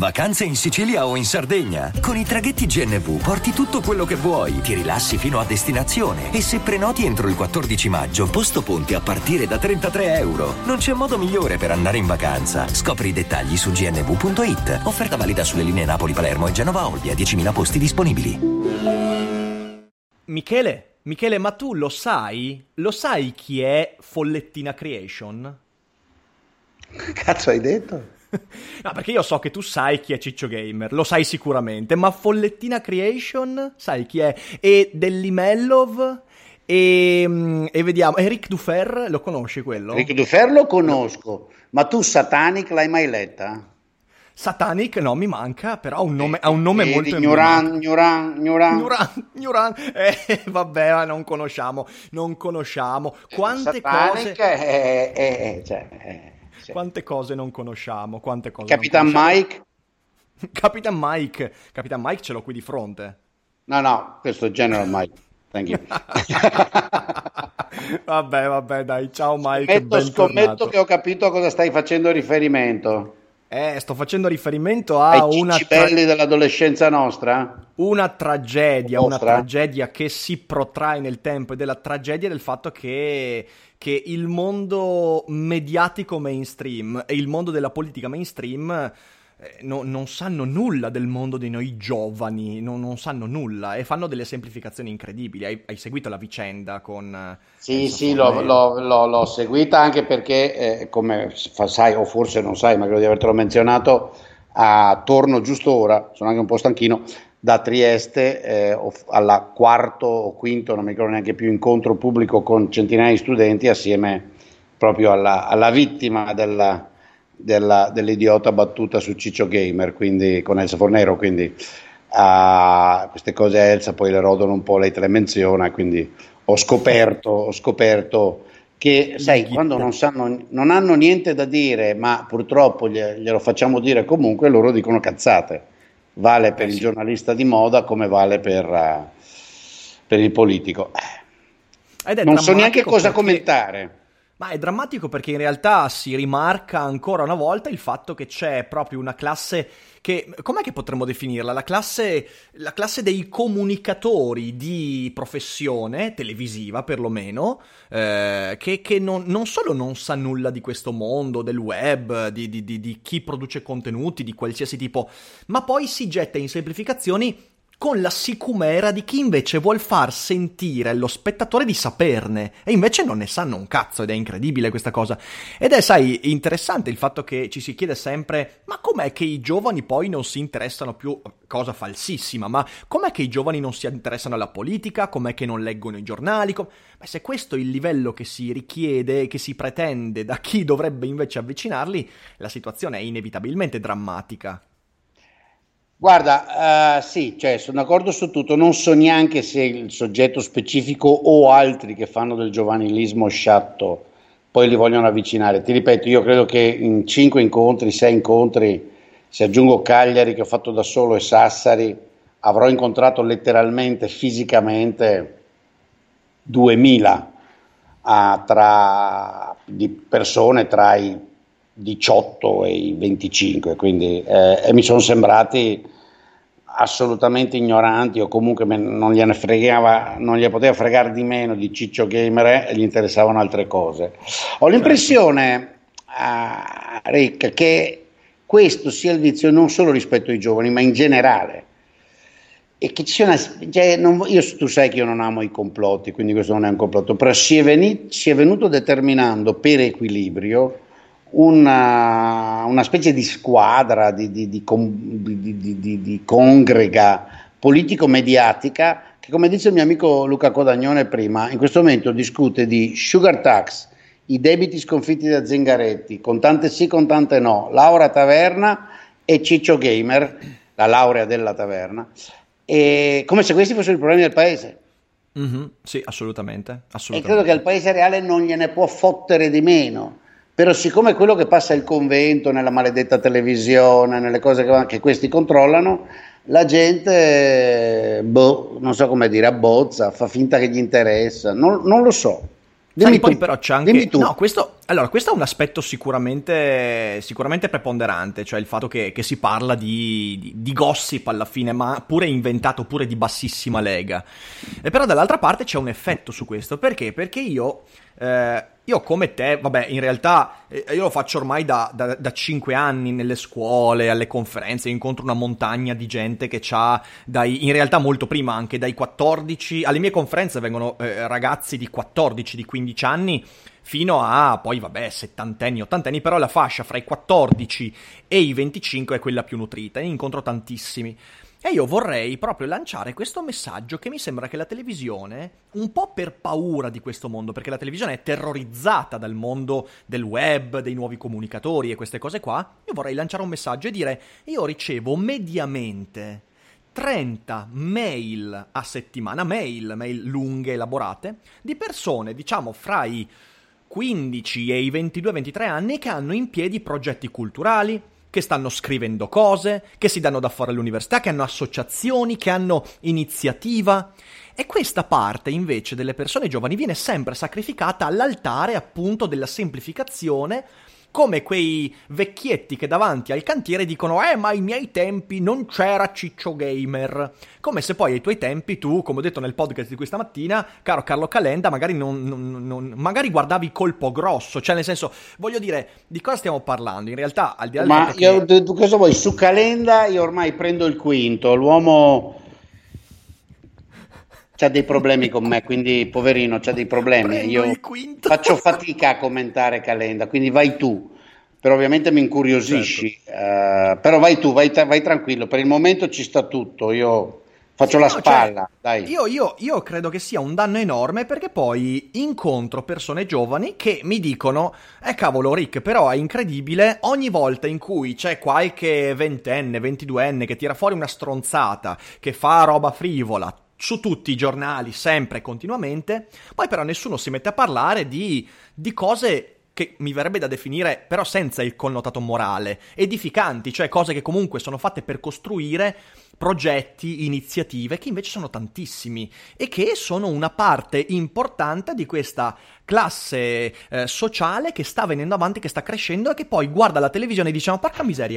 Vacanze in Sicilia o in Sardegna? Con i traghetti GNV porti tutto quello che vuoi, ti rilassi fino a destinazione e se prenoti entro il 14 maggio, posto ponti a partire da €33. Non c'è modo migliore per andare in vacanza. Scopri i dettagli su gnv.it. Offerta valida sulle linee Napoli-Palermo e Genova-Olbia, 10.000 posti disponibili. Michele, ma tu lo sai? Lo sai chi è Follettina Creation? Cazzo hai detto? No, perché io so che tu sai chi è Ciccio Gamer, lo sai sicuramente, ma Follettina Creation, sai chi è? E Dellimellov e vediamo, Eric Dufer, lo conosci quello? Eric Dufer lo conosco, ma tu Satanic l'hai mai letta? Satanic no, mi manca, però ha un nome molto Gnuran. Vabbè, ma non conosciamo. Quante Satanic cose... Quante cose non conosciamo, Capitan Mike? Capitan Mike ce l'ho qui di fronte. No, questo è General Mike. Thank you. Vabbè, dai, ciao Mike. Scommetto che ho capito a cosa stai facendo riferimento. Sto facendo riferimento a ai cicibelli dell'adolescenza nostra? Una tragedia che si protrae nel tempo, ed è la tragedia del fatto che il mondo mediatico mainstream e il mondo della politica mainstream non sanno nulla del mondo di noi giovani, non sanno nulla e fanno delle semplificazioni incredibili. Hai seguito la vicenda con... Sì, l'ho seguita anche perché, come sai o forse non sai, ma credo di avertelo menzionato, torno giusto ora, sono anche un po' stanchino, da Trieste alla quarto o quinto, non mi ricordo neanche più, incontro pubblico con centinaia di studenti assieme proprio alla vittima dell'idiota battuta su Ciccio Gamer, quindi con Elsa Fornero, quindi queste cose Elsa poi le rodono un po', lei te le menziona, quindi ho scoperto che, sai, quando non hanno niente da dire, ma purtroppo glielo facciamo dire comunque, loro dicono cazzate. Vale per il giornalista di moda come vale per il politico. Non so neanche cosa commentare. Ma è drammatico perché in realtà si rimarca ancora una volta il fatto che c'è proprio una classe che, com'è che potremmo definirla? La classe dei comunicatori di professione, televisiva perlomeno, che non solo non sa nulla di questo mondo, del web, di chi produce contenuti di qualsiasi tipo, ma poi si getta in semplificazioni con la sicumera di chi invece vuol far sentire lo spettatore di saperne, e invece non ne sanno un cazzo, ed è incredibile questa cosa. Ed è, sai, interessante il fatto che ci si chiede sempre, ma com'è che i giovani poi non si interessano più, cosa falsissima, ma com'è che i giovani non si interessano alla politica, com'è che non leggono i giornali, ma se questo è il livello che si richiede, che si pretende da chi dovrebbe invece avvicinarli, la situazione è inevitabilmente drammatica. Guarda, sì, cioè, sono d'accordo su tutto, non so neanche se il soggetto specifico o altri che fanno del giovanilismo sciatto poi li vogliono avvicinare. Ti ripeto, io credo che in 5 incontri, 6 incontri, se aggiungo Cagliari che ho fatto da solo e Sassari, avrò incontrato letteralmente, fisicamente 2000 di persone tra i 18 e i 25, quindi e mi sono sembrati assolutamente ignoranti, o comunque non gliene poteva fregare di meno di Ciccio Gamer e gli interessavano altre cose. Ho l'impressione, Rick, che questo sia il vizio non solo rispetto ai giovani, ma in generale. E che ci sia tu sai che io non amo i complotti, quindi questo non è un complotto, però si è venuto determinando per equilibrio una specie di squadra, di congrega politico-mediatica che, come dice il mio amico Luca Codagnone prima, in questo momento discute di sugar tax, i debiti sconfitti da Zingaretti, contante sì, contante no, Laura Taverna e Ciccio Gamer, la laurea della Taverna, e come se questi fossero i problemi del paese. Mm-hmm, sì, assolutamente. E credo che al paese reale non gliene può fottere di meno. Però siccome quello che passa il convento nella maledetta televisione, nelle cose che questi controllano, la gente, non so come dire, abbozza, fa finta che gli interessa, non lo so. Sai, poi però c'è anche... tu. No, questo è un aspetto sicuramente preponderante, cioè il fatto che si parla di gossip alla fine, ma pure inventato, pure di bassissima lega. E però dall'altra parte c'è un effetto su questo, perché? Perché io come te, vabbè, in realtà io lo faccio ormai da 5 anni nelle scuole, alle conferenze, incontro una montagna di gente che c'ha in realtà molto prima, anche dai 14, alle mie conferenze vengono ragazzi di 14, di 15 anni, fino a poi, vabbè, 70 anni, 80 anni, però la fascia fra i 14 e i 25 è quella più nutrita, ne incontro tantissimi. E io vorrei proprio lanciare questo messaggio che mi sembra che la televisione, un po' per paura di questo mondo, perché la televisione è terrorizzata dal mondo del web, dei nuovi comunicatori e queste cose qua, io vorrei lanciare un messaggio e dire: io ricevo mediamente 30 mail a settimana, mail lunghe, elaborate, di persone, diciamo, fra i 15 e i 22-23 anni che hanno in piedi progetti culturali, che stanno scrivendo cose, che si danno da fare all'università, che hanno associazioni, che hanno iniziativa. E questa parte, invece, delle persone giovani viene sempre sacrificata all'altare, appunto, della semplificazione, come quei vecchietti che davanti al cantiere dicono ma ai miei tempi non c'era Ciccio Gamer. Come se poi ai tuoi tempi tu, come ho detto nel podcast di questa mattina, caro Carlo Calenda, magari magari guardavi Colpo Grosso, cioè nel senso, voglio dire, di cosa stiamo parlando? In realtà, al di là del Ma cosa vuoi? Su Calenda io ormai prendo il quinto, l'uomo c'ha dei problemi con me, quindi poverino c'ha dei problemi, io faccio fatica a commentare Calenda, quindi vai tu, però ovviamente mi incuriosisci, certo. Però vai tu, vai tranquillo, per il momento ci sta tutto, io faccio la spalla, cioè, dai. Io credo che sia un danno enorme, perché poi incontro persone giovani che mi dicono cavolo Rick, però è incredibile, ogni volta in cui c'è qualche ventenne, 22enne che tira fuori una stronzata, che fa roba frivola, su tutti i giornali, sempre, continuamente, poi però nessuno si mette a parlare di cose che mi verrebbe da definire, però senza il connotato morale, edificanti, cioè cose che comunque sono fatte per costruire progetti, iniziative, che invece sono tantissimi e che sono una parte importante di questa classe sociale che sta venendo avanti, che sta crescendo e che poi guarda la televisione e dice ma porca miseria,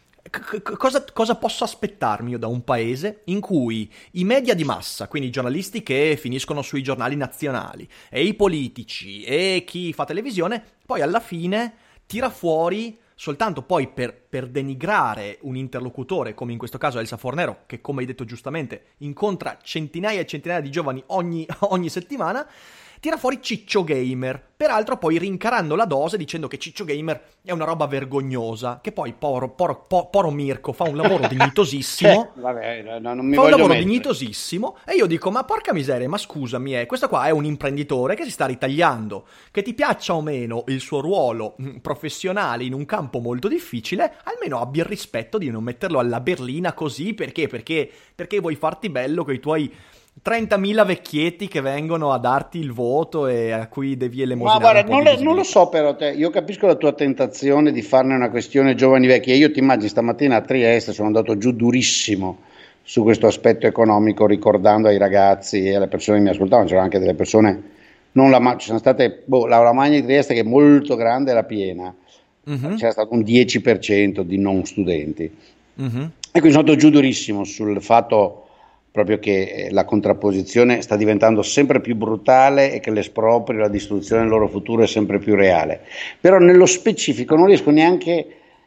cosa posso aspettarmi io da un paese in cui i media di massa, quindi i giornalisti che finiscono sui giornali nazionali, e i politici e chi fa televisione, poi alla fine tira fuori soltanto poi per denigrare un interlocutore, come in questo caso Elsa Fornero, che come hai detto giustamente incontra centinaia e centinaia di giovani ogni settimana, tira fuori Ciccio Gamer, peraltro poi rincarando la dose dicendo che Ciccio Gamer è una roba vergognosa, che poi poro Mirko fa un lavoro dignitosissimo, vabbè, no, non mi fa un lavoro mettere. dignitosissimo, e io dico ma porca miseria, ma scusami, questo qua è un imprenditore che si sta ritagliando, che ti piaccia o meno il suo ruolo professionale in un campo molto difficile, almeno abbia il rispetto di non metterlo alla berlina così, perché vuoi farti bello con i tuoi 30.000 vecchietti che vengono a darti il voto e a cui devi elemosinare. Ma guarda, non lo so, però io capisco la tua tentazione di farne una questione giovani vecchi. Io ti immagini stamattina a Trieste sono andato giù durissimo su questo aspetto economico, ricordando ai ragazzi e alle persone che mi ascoltavano, c'erano anche delle persone, ci sono state, la Romagna di Trieste, che è molto grande, era piena, c'era stato un 10% di non studenti, e quindi sono andato giù durissimo sul fatto proprio che la contrapposizione sta diventando sempre più brutale e che l'esproprio, la distruzione del loro futuro è sempre più reale. Però nello specifico non riesco neanche,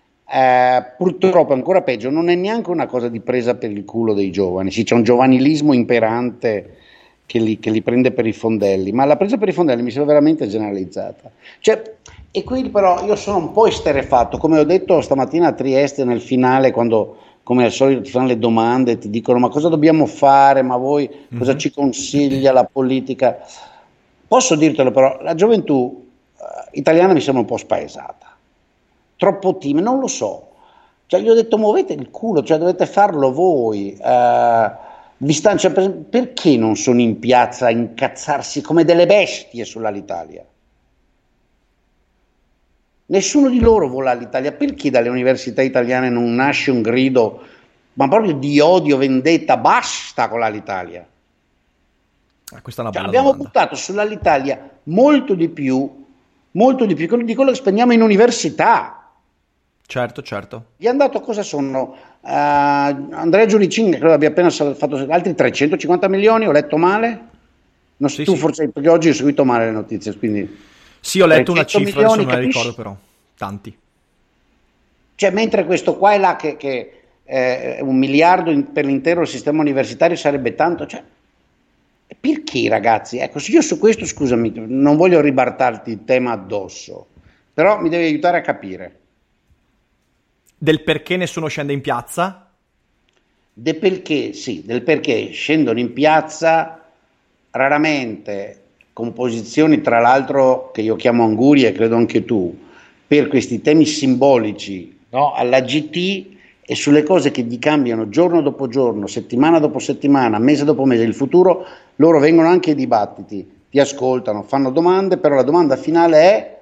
purtroppo ancora peggio, non è neanche una cosa di presa per il culo dei giovani, sì, c'è un giovanilismo imperante che li prende per i fondelli, ma la presa per i fondelli mi sembra veramente generalizzata. Cioè, e qui però io sono un po' esterrefatto, come ho detto stamattina a Trieste nel finale, quando come al solito ti fanno le domande, ti dicono ma cosa dobbiamo fare, ma voi cosa ci consiglia la politica? Posso dirtelo, però la gioventù italiana mi sembra un po' spaesata, troppo timida, non lo so, cioè gli ho detto muovete il culo, cioè dovete farlo voi, perché non sono in piazza a incazzarsi come delle bestie sull'Alitalia? Nessuno di loro vuole l'Italia, perché dalle università italiane non nasce un grido, ma proprio di odio, vendetta, basta con l'Alitalia? Questa è una bella abbiamo domanda. buttato sull'Alitalia molto di più di quello che spendiamo in università. Certo, certo. Gli hanno dato, cosa sono? Andrea Giulicini, credo abbia appena fatto altri 350 milioni, ho letto male? Non so, Sì, tu sì. forse, perché oggi ho seguito male le notizie, quindi Sì, ho letto una 300 cifra, adesso milioni, non la capisci? ricordo però. Tanti. Cioè, mentre questo qua e là che 1 miliardo per l'intero sistema universitario sarebbe tanto, cioè, perché ragazzi? Ecco, io su questo, scusami, non voglio ribartarti il tema addosso, però mi devi aiutare a capire. Del perché nessuno scende in piazza? Del perché scendono in piazza raramente con posizioni, tra l'altro, che io chiamo angurie, credo anche tu, per questi temi simbolici, no? Alla GT e sulle cose che gli cambiano giorno dopo giorno, settimana dopo settimana, mese dopo mese, il futuro, loro vengono anche ai dibattiti, ti ascoltano, fanno domande, però la domanda finale è: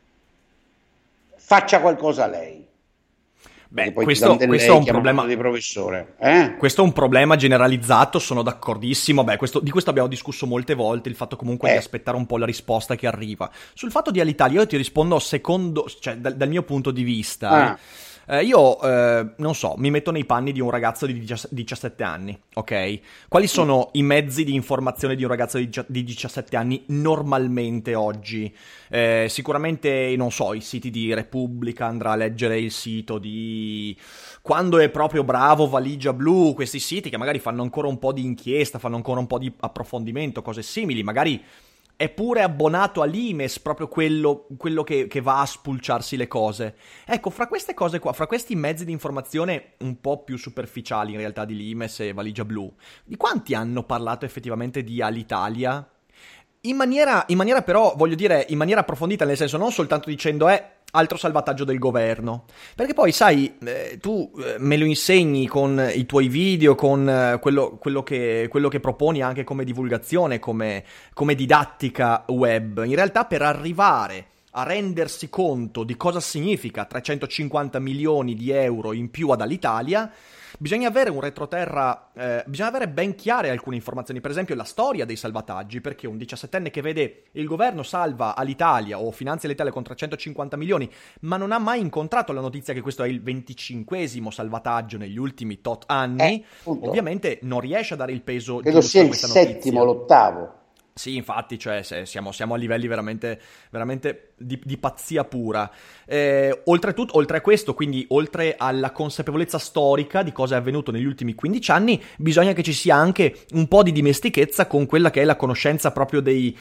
faccia qualcosa lei. Perché Beh, poi ti questo, danno del questo è lei, un chiamano problema. di professore. Questo è un problema generalizzato, sono d'accordissimo. Beh, di questo abbiamo discusso molte volte, il fatto comunque di aspettare un po' la risposta che arriva. Sul fatto di Alitalia io ti rispondo secondo, cioè dal mio punto di vista. Io, non so, mi metto nei panni di un ragazzo di 17 anni, ok? Quali sono i mezzi di informazione di un ragazzo di 17 anni normalmente oggi? Sicuramente, non so, i siti di Repubblica, andrà a leggere il sito di Quando è proprio bravo, Valigia Blu, questi siti che magari fanno ancora un po' di inchiesta, fanno ancora un po' di approfondimento, cose simili, magari è pure abbonato all'Imes, proprio quello che va a spulciarsi le cose. Ecco, fra queste cose qua, fra questi mezzi di informazione un po' più superficiali in realtà di l'Imes e Valigia Blu, di quanti hanno parlato effettivamente di Alitalia? In maniera però, voglio dire, in maniera approfondita, nel senso non soltanto dicendo altro salvataggio del governo. Perché poi, sai, tu me lo insegni con i tuoi video, con quello che proponi anche come divulgazione, come didattica web. In realtà per arrivare a rendersi conto di cosa significa 350 milioni di euro in più ad Alitalia, bisogna avere un retroterra, bisogna avere ben chiare alcune informazioni, per esempio la storia dei salvataggi, perché un 17enne che vede il governo salva Alitalia o finanzia l'Italia con 350 milioni, ma non ha mai incontrato la notizia che questo è il 25esimo salvataggio negli ultimi tot anni, ovviamente non riesce a dare il peso credo giusto sia a il questa notizia. settimo, l'ottavo. Sì, infatti, cioè, siamo a livelli veramente, veramente di pazzia pura. Oltretutto, oltre a questo, quindi oltre alla consapevolezza storica di cosa è avvenuto negli ultimi 15 anni, bisogna che ci sia anche un po' di dimestichezza con quella che è la conoscenza proprio del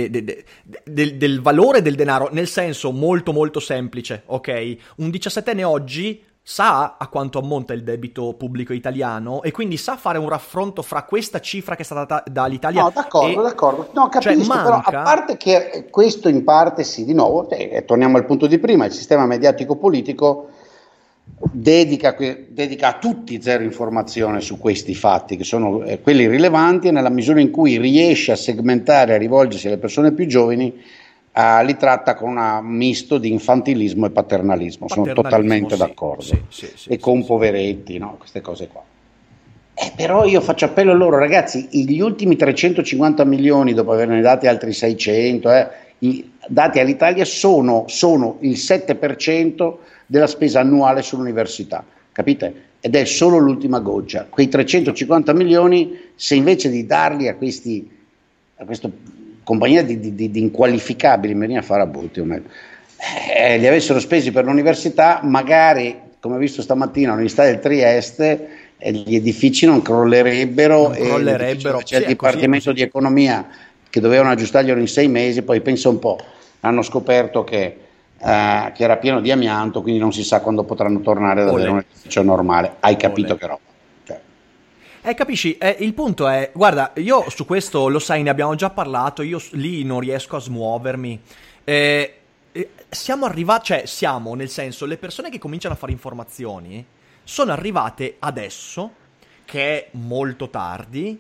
valore del denaro, nel senso molto molto semplice, ok? Un 17enne oggi sa a quanto ammonta il debito pubblico italiano e quindi sa fare un raffronto fra questa cifra che è stata data dall'Italia. No, d'accordo. No, capisco, cioè, però a parte che questo in parte sì, di nuovo, torniamo al punto di prima, il sistema mediatico politico dedica a tutti zero informazione su questi fatti, che sono quelli rilevanti, e nella misura in cui riesce a segmentare, a rivolgersi alle persone più giovani, li tratta con un misto di infantilismo e paternalismo. Sono totalmente d'accordo. Sì, e con poveretti, no? Queste cose qua. Però io faccio appello a loro, ragazzi, gli ultimi 350 milioni, dopo averne dati altri 600, dati all'Italia, sono il 7% della spesa annuale sull'università, capite? Ed è solo l'ultima goccia. Quei 350 milioni, se invece di darli a questa compagnia di inqualificabili, mi viene a fare a botte, li avessero spesi per l'università, magari, come ho visto stamattina all'Università del Trieste, gli edifici non crollerebbero. C'è il Dipartimento di Economia che dovevano aggiustarglielo in 6 mesi, poi pensa un po', hanno scoperto che era pieno di amianto, quindi non si sa quando potranno tornare ad avere un edificio normale. Hai capito che roba? Capisci? Il punto è, guarda, io su questo, lo sai, ne abbiamo già parlato, io lì non riesco a smuovermi. Siamo arrivati, nel senso, le persone che cominciano a fare informazioni sono arrivate adesso, che è molto tardi,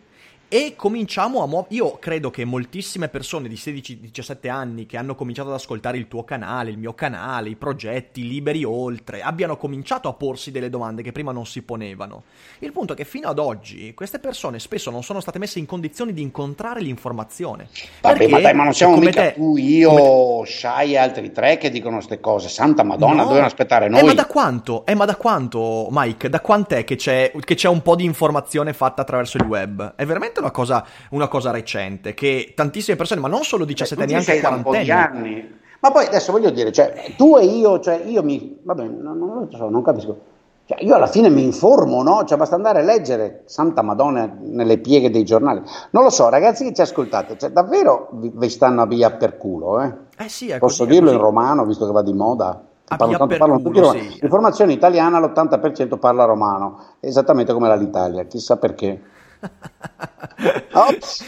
e cominciamo a io credo che moltissime persone di 16-17 anni che hanno cominciato ad ascoltare il tuo canale, il mio canale, i progetti Liberi Oltre, abbiano cominciato a porsi delle domande che prima non si ponevano. Il punto è che fino ad oggi queste persone spesso non sono state messe in condizioni di incontrare l'informazione. Vabbè, ma dai, ma non siamo mica te, tu, io, Shai e altri tre che dicono queste cose. Santa Madonna, no, dovevano aspettare noi. Ma da quanto, Mike? Da quant'è che c'è un po' di informazione fatta attraverso il web? È veramente una cosa recente, che tantissime persone, ma non solo 17 anni, anche 40 anni. Anni. Ma poi adesso voglio dire, cioè, tu e io, cioè io vabbè, non lo so, non capisco. Cioè, io alla fine mi informo, no? Cioè, basta andare a leggere, Santa Madonna, nelle pieghe dei giornali. Non lo so, ragazzi che ci ascoltate, cioè, davvero vi stanno a via per culo, eh? Sì, è Posso così, dirlo è in romano, visto che va di moda? Parlano tutti romano. Sì. Informazione italiana, l'80% parla romano, esattamente come l'Italia, chissà perché. Ops.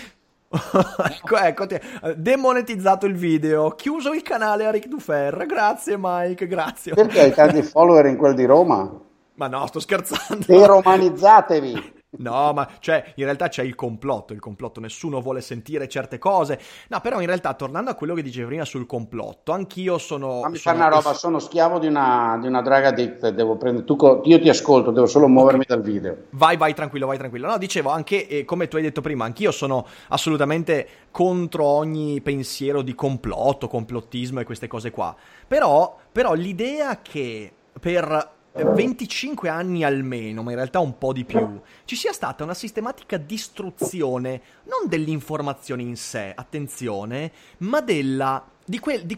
ecco, demonetizzato il video, chiuso il canale a Ric Dufer, grazie Mike, grazie. Perché hai tanti follower in quel di Roma? Ma no, sto scherzando. Deromanizzatevi. No, ma cioè, in realtà c'è il complotto, nessuno vuole sentire certe cose. No, però in realtà, tornando a quello che dicevi prima sul complotto, anch'io sono... Fammi fare una roba, sono schiavo di una drug addict, devo prendere... io ti ascolto, devo solo muovermi dal video. Vai tranquillo. No, dicevo, anche, come tu hai detto prima, anch'io sono assolutamente contro ogni pensiero di complottismo e queste cose qua. Però l'idea che per 25 anni almeno, ma in realtà un po' di più, ci sia stata una sistematica distruzione non dell'informazione in sé, attenzione, ma di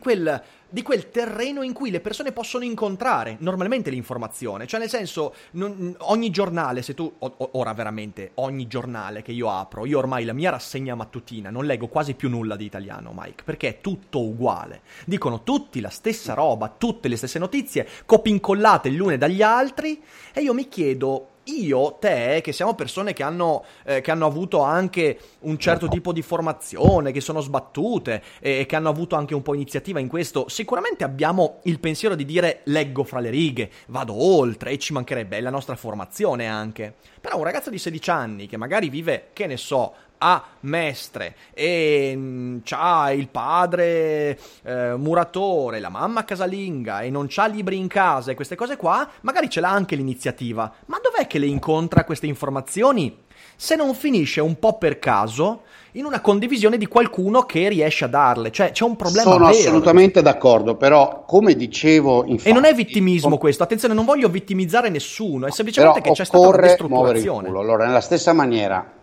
quel terreno in cui le persone possono incontrare normalmente l'informazione. Cioè, nel senso, ogni giornale, se tu ora veramente ogni giornale che io apro, io ormai la mia rassegna mattutina non leggo quasi più nulla di italiano, Mike, perché è tutto uguale. Dicono tutti la stessa roba, tutte le stesse notizie, copincollate gli une dagli altri, e io mi chiedo, io, te, che siamo persone che hanno avuto anche un certo tipo di formazione, che sono sbattute e che hanno avuto anche un po' iniziativa in questo, sicuramente abbiamo il pensiero di dire leggo fra le righe, vado oltre, e ci mancherebbe, è la nostra formazione anche. Però un ragazzo di 16 anni che magari vive, che ne so, a Mestre e c'ha il padre muratore, la mamma casalinga e non c'ha libri in casa e queste cose qua, magari ce l'ha anche l'iniziativa, ma dov'è che le incontra queste informazioni? Se non finisce un po' per caso in una condivisione di qualcuno che riesce a darle, cioè c'è un problema Sono vero. assolutamente d'accordo, però come dicevo, infatti, e non è vittimismo questo, attenzione, non voglio vittimizzare nessuno, è semplicemente che c'è stata una destrutturazione. Allora, nella stessa maniera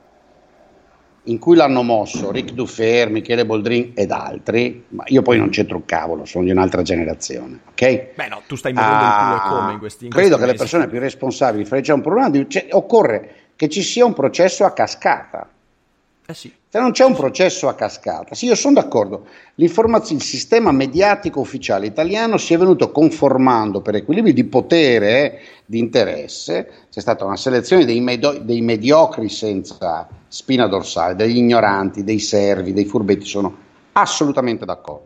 in cui l'hanno mosso Ric Dufer, Michele Boldrin ed altri, ma io poi non c'entro un cavolo, sono di un'altra generazione, ok? Beh no, tu stai muovendo il tuo e come in questi credo che mesi. le persone più responsabili, c'è un problema occorre che ci sia un processo a cascata. Sì. Se non c'è un processo a cascata, sì, io sono d'accordo, il sistema mediatico ufficiale italiano si è venuto conformando per equilibri di potere, di interesse, c'è stata una selezione dei mediocri senza spina dorsale, degli ignoranti, dei servi, dei furbetti, sono assolutamente d'accordo.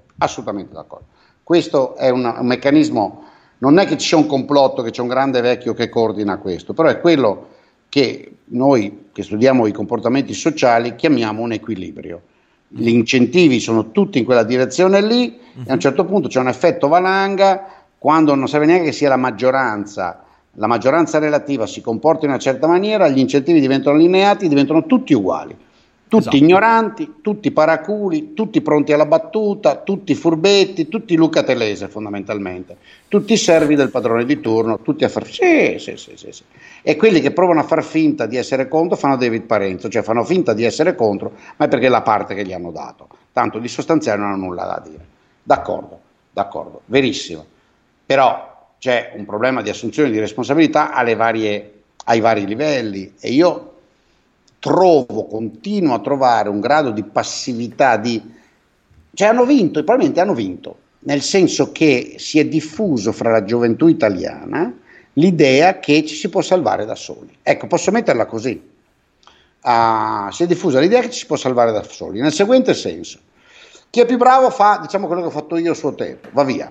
Questo è un meccanismo, non è che ci sia un complotto, che c'è un grande vecchio che coordina questo, però è quello che noi che studiamo i comportamenti sociali chiamiamo un equilibrio. Gli incentivi sono tutti in quella direzione lì, e a un certo punto c'è un effetto valanga, quando non serve neanche che sia la maggioranza relativa si comporta in una certa maniera, gli incentivi diventano allineati, diventano tutti uguali. Tutti esatto. Ignoranti, tutti paraculi, tutti pronti alla battuta, tutti furbetti, tutti Luca Telese fondamentalmente, tutti servi del padrone di turno, tutti a far sì. E quelli che provano a far finta di essere contro fanno David Parenzo, cioè fanno finta di essere contro, ma è perché è la parte che gli hanno dato, tanto di sostanziale non hanno nulla da dire. D'accordo, verissimo, però c'è un problema di assunzione di responsabilità ai vari livelli, e io continuo a trovare un grado di passività, cioè probabilmente hanno vinto, nel senso che si è diffuso fra la gioventù italiana l'idea che ci si può salvare da soli. Ecco, posso metterla così. Si è diffusa l'idea che ci si può salvare da soli, nel seguente senso: chi è più bravo fa, diciamo, quello che ho fatto io a suo tempo, va via.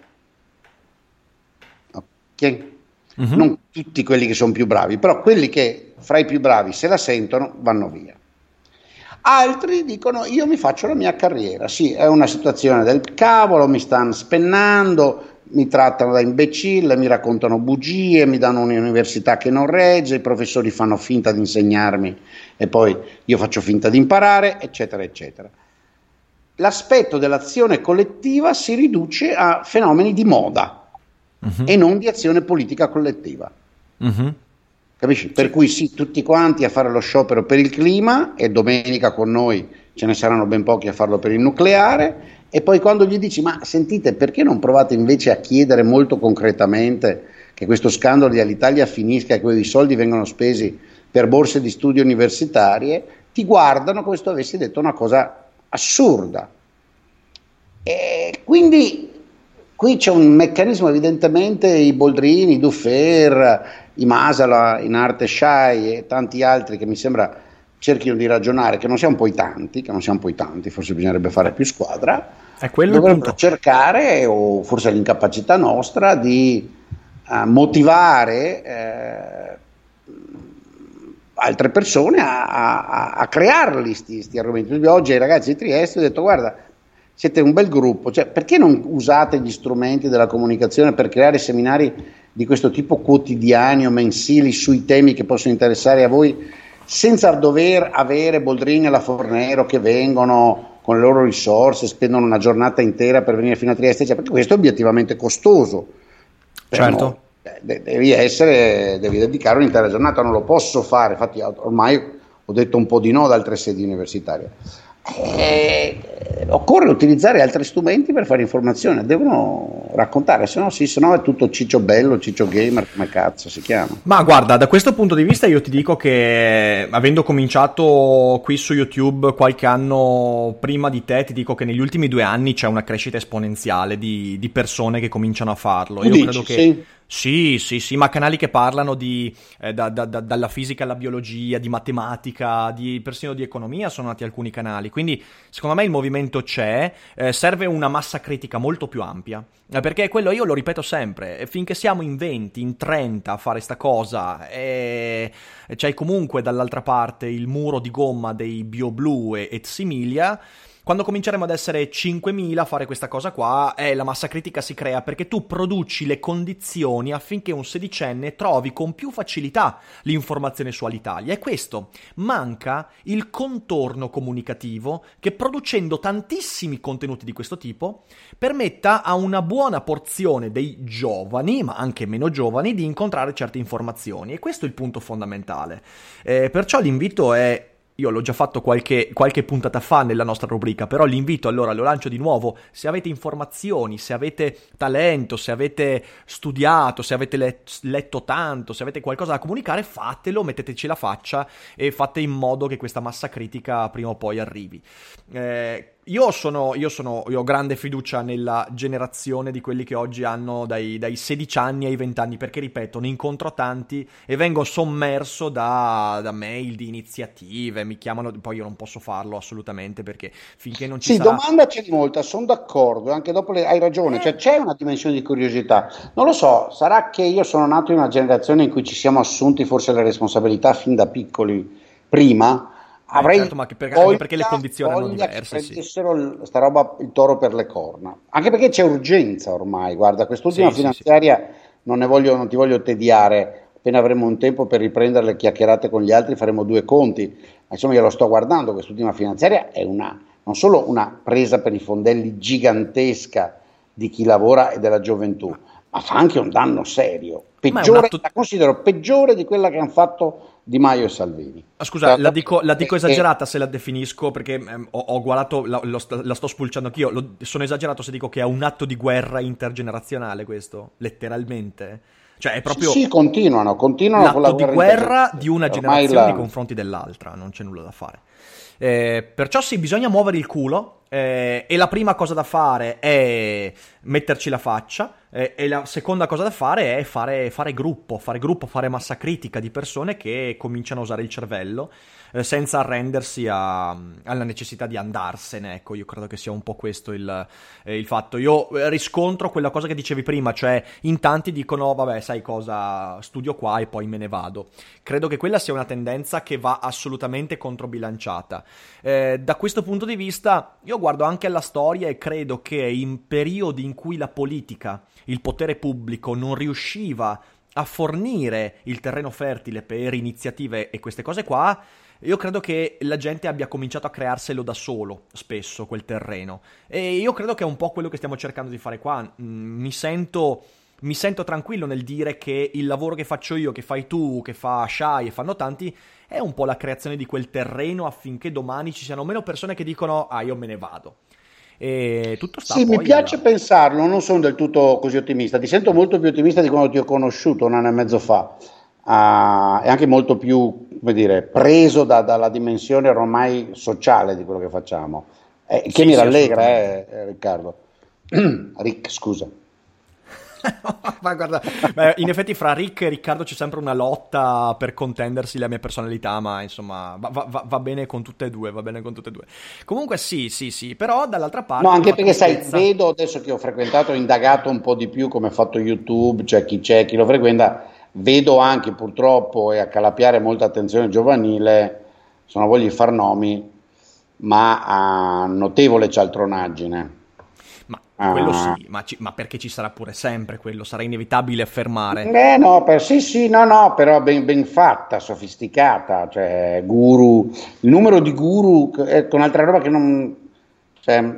Ok? Mm-hmm. Non tutti quelli che sono più bravi, però quelli che fra i più bravi se la sentono vanno via. Altri dicono io mi faccio la mia carriera, sì, è una situazione del cavolo, mi stanno spennando, mi trattano da imbecille, mi raccontano bugie, mi danno un'università che non regge, i professori fanno finta di insegnarmi e poi io faccio finta di imparare, eccetera, eccetera. L'aspetto dell'azione collettiva si riduce a fenomeni di moda e non di azione politica collettiva. Capisci? Per cui sì, tutti quanti a fare lo sciopero per il clima e domenica con noi ce ne saranno ben pochi a farlo per il nucleare e poi quando gli dici ma sentite perché non provate invece a chiedere molto concretamente che questo scandalo di Alitalia finisca e quei soldi vengano spesi per borse di studio universitarie, ti guardano come se tu avessi detto una cosa assurda. E quindi qui c'è un meccanismo, evidentemente i Boldrini, i Dufer, i Masala, i Narte Shai e tanti altri che mi sembra cerchino di ragionare, che non siamo poi tanti, forse bisognerebbe fare più squadra, è quello il punto. Cercare, o forse è l'incapacità nostra, di motivare altre persone a crearli sti argomenti. Oggi ai ragazzi di Trieste ho detto guarda, siete un bel gruppo, cioè, perché non usate gli strumenti della comunicazione per creare seminari di questo tipo quotidiani o mensili sui temi che possono interessare a voi, senza dover avere Boldrini e la Fornero che vengono con le loro risorse, spendono una giornata intera per venire fino a Trieste, cioè, perché questo è obiettivamente costoso. Certo. Devi dedicare un'intera giornata, non lo posso fare, infatti ormai ho detto un po' di no ad altre sedi universitarie. Occorre utilizzare altri strumenti per fare informazione, devono raccontare, se no è tutto Ciccio Bello, Ciccio Gamer, come cazzo si chiama. Ma guarda, da questo punto di vista io ti dico che avendo cominciato qui su YouTube qualche anno prima di te, ti dico che negli ultimi 2 anni c'è una crescita esponenziale di persone che cominciano a farlo. Io credo che sì, ma canali che parlano di dalla fisica alla biologia, di matematica, persino di economia, sono nati alcuni canali. Quindi, secondo me il movimento c'è, serve una massa critica molto più ampia. Perché quello io lo ripeto sempre, finché siamo in 20, in 30 a fare sta cosa, c'hai comunque dall'altra parte il muro di gomma dei BioBlue e similia. Quando cominceremo ad essere 5.000 a fare questa cosa qua, la massa critica si crea perché tu produci le condizioni affinché un sedicenne trovi con più facilità l'informazione su Alitalia. E questo manca il contorno comunicativo che, producendo tantissimi contenuti di questo tipo, permetta a una buona porzione dei giovani, ma anche meno giovani, di incontrare certe informazioni. E questo è il punto fondamentale. Perciò l'invito è... Io l'ho già fatto qualche puntata fa nella nostra rubrica, però l'invito allora lo lancio di nuovo: se avete informazioni, se avete talento, se avete studiato, se avete letto tanto, se avete qualcosa da comunicare, fatelo, metteteci la faccia e fate in modo che questa massa critica prima o poi arrivi. Io ho grande fiducia nella generazione di quelli che oggi hanno dai 16 anni ai 20 anni, perché ripeto, ne incontro tanti e vengo sommerso da mail di iniziative, mi chiamano, poi io non posso farlo assolutamente perché finché non ci sarà... Sì, domanda c'è di molta, sono d'accordo, anche dopo hai ragione, cioè c'è una dimensione di curiosità, non lo so, sarà che io sono nato in una generazione in cui ci siamo assunti forse le responsabilità fin da piccoli prima. Avrei certo, ma anche perché le condizioni erano diverse, che prendessero sta roba, il toro per le corna, anche perché c'è urgenza ormai. Guarda, quest'ultima finanziaria non ti voglio tediare, appena avremo un tempo per riprendere le chiacchierate con gli altri faremo 2 conti, ma insomma io lo sto guardando, quest'ultima finanziaria è non solo una presa per i fondelli gigantesca di chi lavora e della gioventù, ma fa anche un danno serio, peggiore, la considero peggiore di quella che hanno fatto Di Maio e Salvini. Scusa, la dico esagerata se la definisco, perché ho guardato, la sto spulciando anch'io. Sono esagerato se dico che è un atto di guerra intergenerazionale questo, letteralmente. Cioè è proprio... Sì, continuano l'atto con la di guerra di una generazione nei confronti dell'altra, non c'è nulla da fare. Perciò sì, bisogna muovere il culo, e la prima cosa da fare è metterci la faccia, E la seconda cosa da fare è fare gruppo, fare massa critica di persone che cominciano a usare il cervello senza arrendersi alla necessità di andarsene. Ecco, io credo che sia un po' questo il fatto. Io riscontro quella cosa che dicevi prima, cioè in tanti dicono, vabbè, sai cosa, studio qua e poi me ne vado. Credo che quella sia una tendenza che va assolutamente controbilanciata. Da questo punto di vista, io guardo anche alla storia e credo che in periodi in cui la politica, il potere pubblico non riusciva a fornire il terreno fertile per iniziative e queste cose qua, io credo che la gente abbia cominciato a crearselo da solo, spesso, quel terreno. E io credo che è un po' quello che stiamo cercando di fare qua. Mi sento tranquillo nel dire che il lavoro che faccio io, che fai tu, che fa Shai e fanno tanti, è un po' la creazione di quel terreno affinché domani ci siano meno persone che dicono io me ne vado. E tutto sta Sì, poi mi piace pensarlo, non sono del tutto così ottimista, ti sento molto più ottimista di quando ti ho conosciuto un anno e mezzo fa, e anche molto più, come dire, preso dalla dimensione ormai sociale di quello che facciamo, che Sì, mi sì, rallegra, assolutamente. Riccardo. Rick, scusa. Ma guarda, in effetti fra Rick e Riccardo c'è sempre una lotta per contendersi la mia personalità, ma insomma va bene con tutte e due, va bene con tutte e due. Comunque sì, però dall'altra parte... No, mi anche fa perché sai, tristezza. vedo adesso che ho frequentato, ho indagato un po' di più come ha fatto YouTube, cioè chi lo frequenta, vedo anche purtroppo e a calapiare molta attenzione giovanile, se non voglio far nomi, ma a notevole cialtronaggine. Ma quello Ah, sì, ma perché ci sarà pure sempre quello, sarà inevitabile affermare. no, sì, no, però ben fatta, sofisticata, cioè guru, il numero di guru è con altra roba che non, cioè,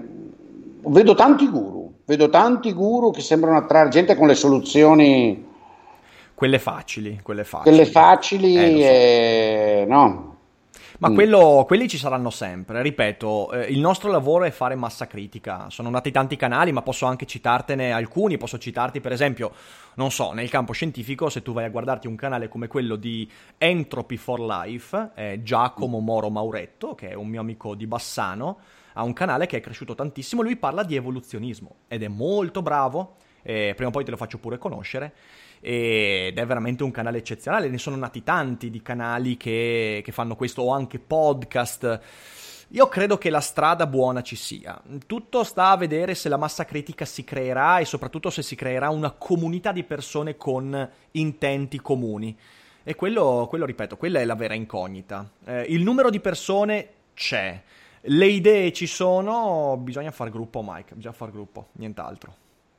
vedo tanti guru che sembrano attrarre gente con le soluzioni, Quelle facili, quelle quelle facili. Lo facili, so. no. Ma Mm. quelli ci saranno sempre, ripeto, il nostro lavoro è fare massa critica, sono nati tanti canali ma posso anche citartene alcuni, posso citarti per esempio, non so, nel campo scientifico se tu vai a guardarti un canale come quello di Entropy for Life, Giacomo Moro Mauretto, che è un mio amico di Bassano, ha un canale che è cresciuto tantissimo, lui parla di evoluzionismo ed è molto bravo, prima o poi te lo faccio pure conoscere, ed è veramente un canale eccezionale. Ne sono nati tanti di canali che fanno questo, o anche podcast. Io credo che la strada buona ci sia. Tutto sta a vedere se la massa critica si creerà e soprattutto se si creerà una comunità di persone con intenti comuni. E quello ripeto, quella è la vera incognita. Il numero di persone c'è. Le idee ci sono, bisogna far gruppo, Mike, bisogna far gruppo, nient'altro.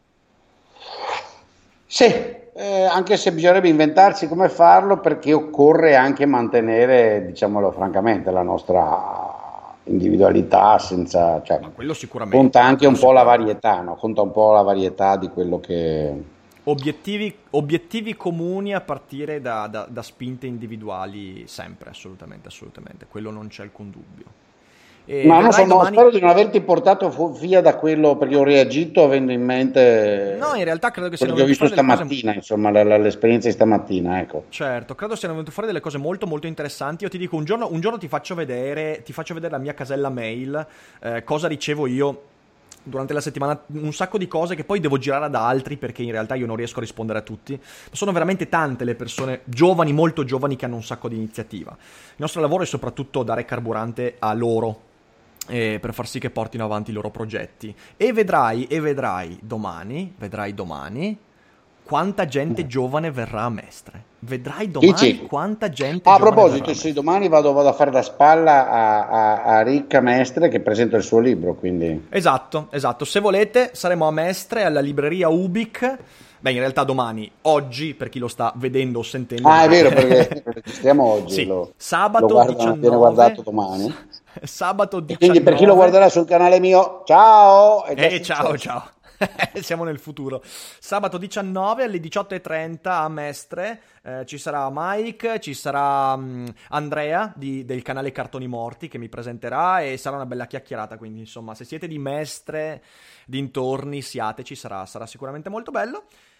Sì, anche se bisognerebbe inventarsi come farlo perché occorre anche mantenere, diciamolo francamente, la nostra individualità senza, cioè, Ma quello conta sicuramente, anche quello un po' la sicuramente. varietà, no? Conta un po' la varietà di quello che... Obiettivi comuni a partire da spinte individuali, sempre, assolutamente, assolutamente. Quello non c'è alcun dubbio. E Ma non so, vedrai domani... spero di non averti portato via da quello perché ho reagito avendo in No, mente in realtà credo che quello siano che ho venute visto fuori delle cose... stamattina, insomma, l'esperienza di stamattina, ecco. Certo, credo siano venute fuori delle cose molto molto interessanti. Io ti dico, un giorno ti faccio vedere la mia casella mail, cosa ricevo io durante la settimana, un sacco di cose che poi devo girare ad altri perché in realtà io non riesco a rispondere a tutti. Ma sono veramente tante le persone giovani, molto giovani, che hanno un sacco di iniziativa. Il nostro lavoro è soprattutto dare carburante a loro, per far sì che portino avanti i loro progetti. E vedrai domani quanta gente giovane verrà a Mestre. Vedrai domani Dici? quanta gente Ah, a giovane verrà proposito, a sì, Mestre. domani vado a fare la spalla a Ricca Mestre che presenta il suo libro, quindi... Esatto. Se volete, saremo a Mestre, alla libreria Ubic. Beh, in realtà domani, oggi, per chi lo sta vedendo o sentendo, Ah, è vero, perché... perché lo registriamo oggi, Sì, lo sabato guarda, viene guardato 19. domani. Sabato E quindi per chi lo 19. guarderà sul canale mio, ciao, è già Ciao, successo. ciao. Siamo nel futuro. Sabato 19 alle 18:30 a Mestre, ci sarà Mike, ci sarà Andrea del canale Cartoni Morti che mi presenterà e sarà una bella chiacchierata, quindi insomma se siete di Mestre, dintorni, siateci, sarà sicuramente molto bello.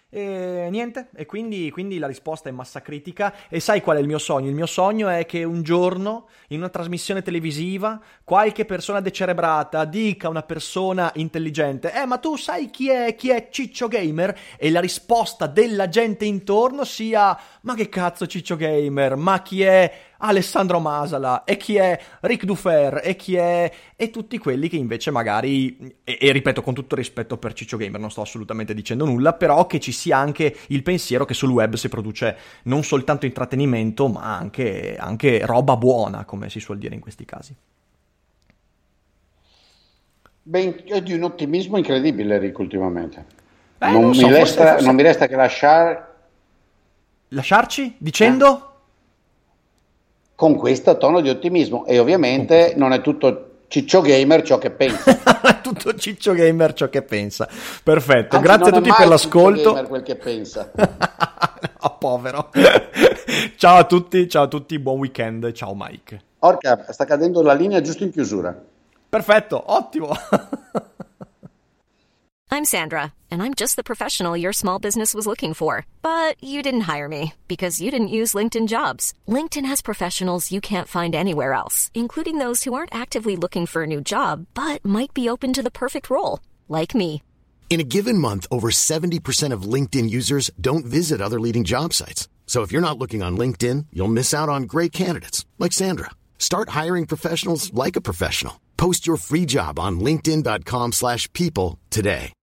E niente, e quindi la risposta è massa critica. E sai qual è il mio sogno? Il mio sogno è che un giorno in una trasmissione televisiva qualche persona decerebrata dica a una persona intelligente: ma tu sai chi è Ciccio Gamer? E la risposta della gente intorno sia: ma che cazzo Ciccio Gamer? Ma chi è Alessandro Masala? E chi è Ric Dufer? E chi è... E tutti quelli che invece magari, e ripeto con tutto rispetto per Ciccio Gamer, non sto assolutamente dicendo nulla, però che ci sia anche il pensiero che sul web si produce non soltanto intrattenimento ma anche roba buona, come si suol dire in questi casi. Beh, è di un ottimismo incredibile, Rick, ultimamente. Non mi resta che lasciarci dicendo... Con questo tono di ottimismo, e ovviamente non è tutto Ciccio Gamer ciò che pensa. È tutto Ciccio Gamer ciò che pensa. Perfetto, anzi, grazie a tutti per l'ascolto. Ciccio Gamer quel che pensa. Oh, povero. Ciao a tutti, buon weekend. Ciao Mike. Orca, sta cadendo la linea giusto in chiusura. Perfetto, ottimo. I'm Sandra, and I'm just the professional your small business was looking for. But you didn't hire me because you didn't use LinkedIn Jobs. LinkedIn has professionals you can't find anywhere else, including those who aren't actively looking for a new job, but might be open to the perfect role, like me. In a given month, over 70% of LinkedIn users don't visit other leading job sites. So if you're not looking on LinkedIn, you'll miss out on great candidates, like Sandra. Start hiring professionals like a professional. Post your free job on linkedin.com/people today.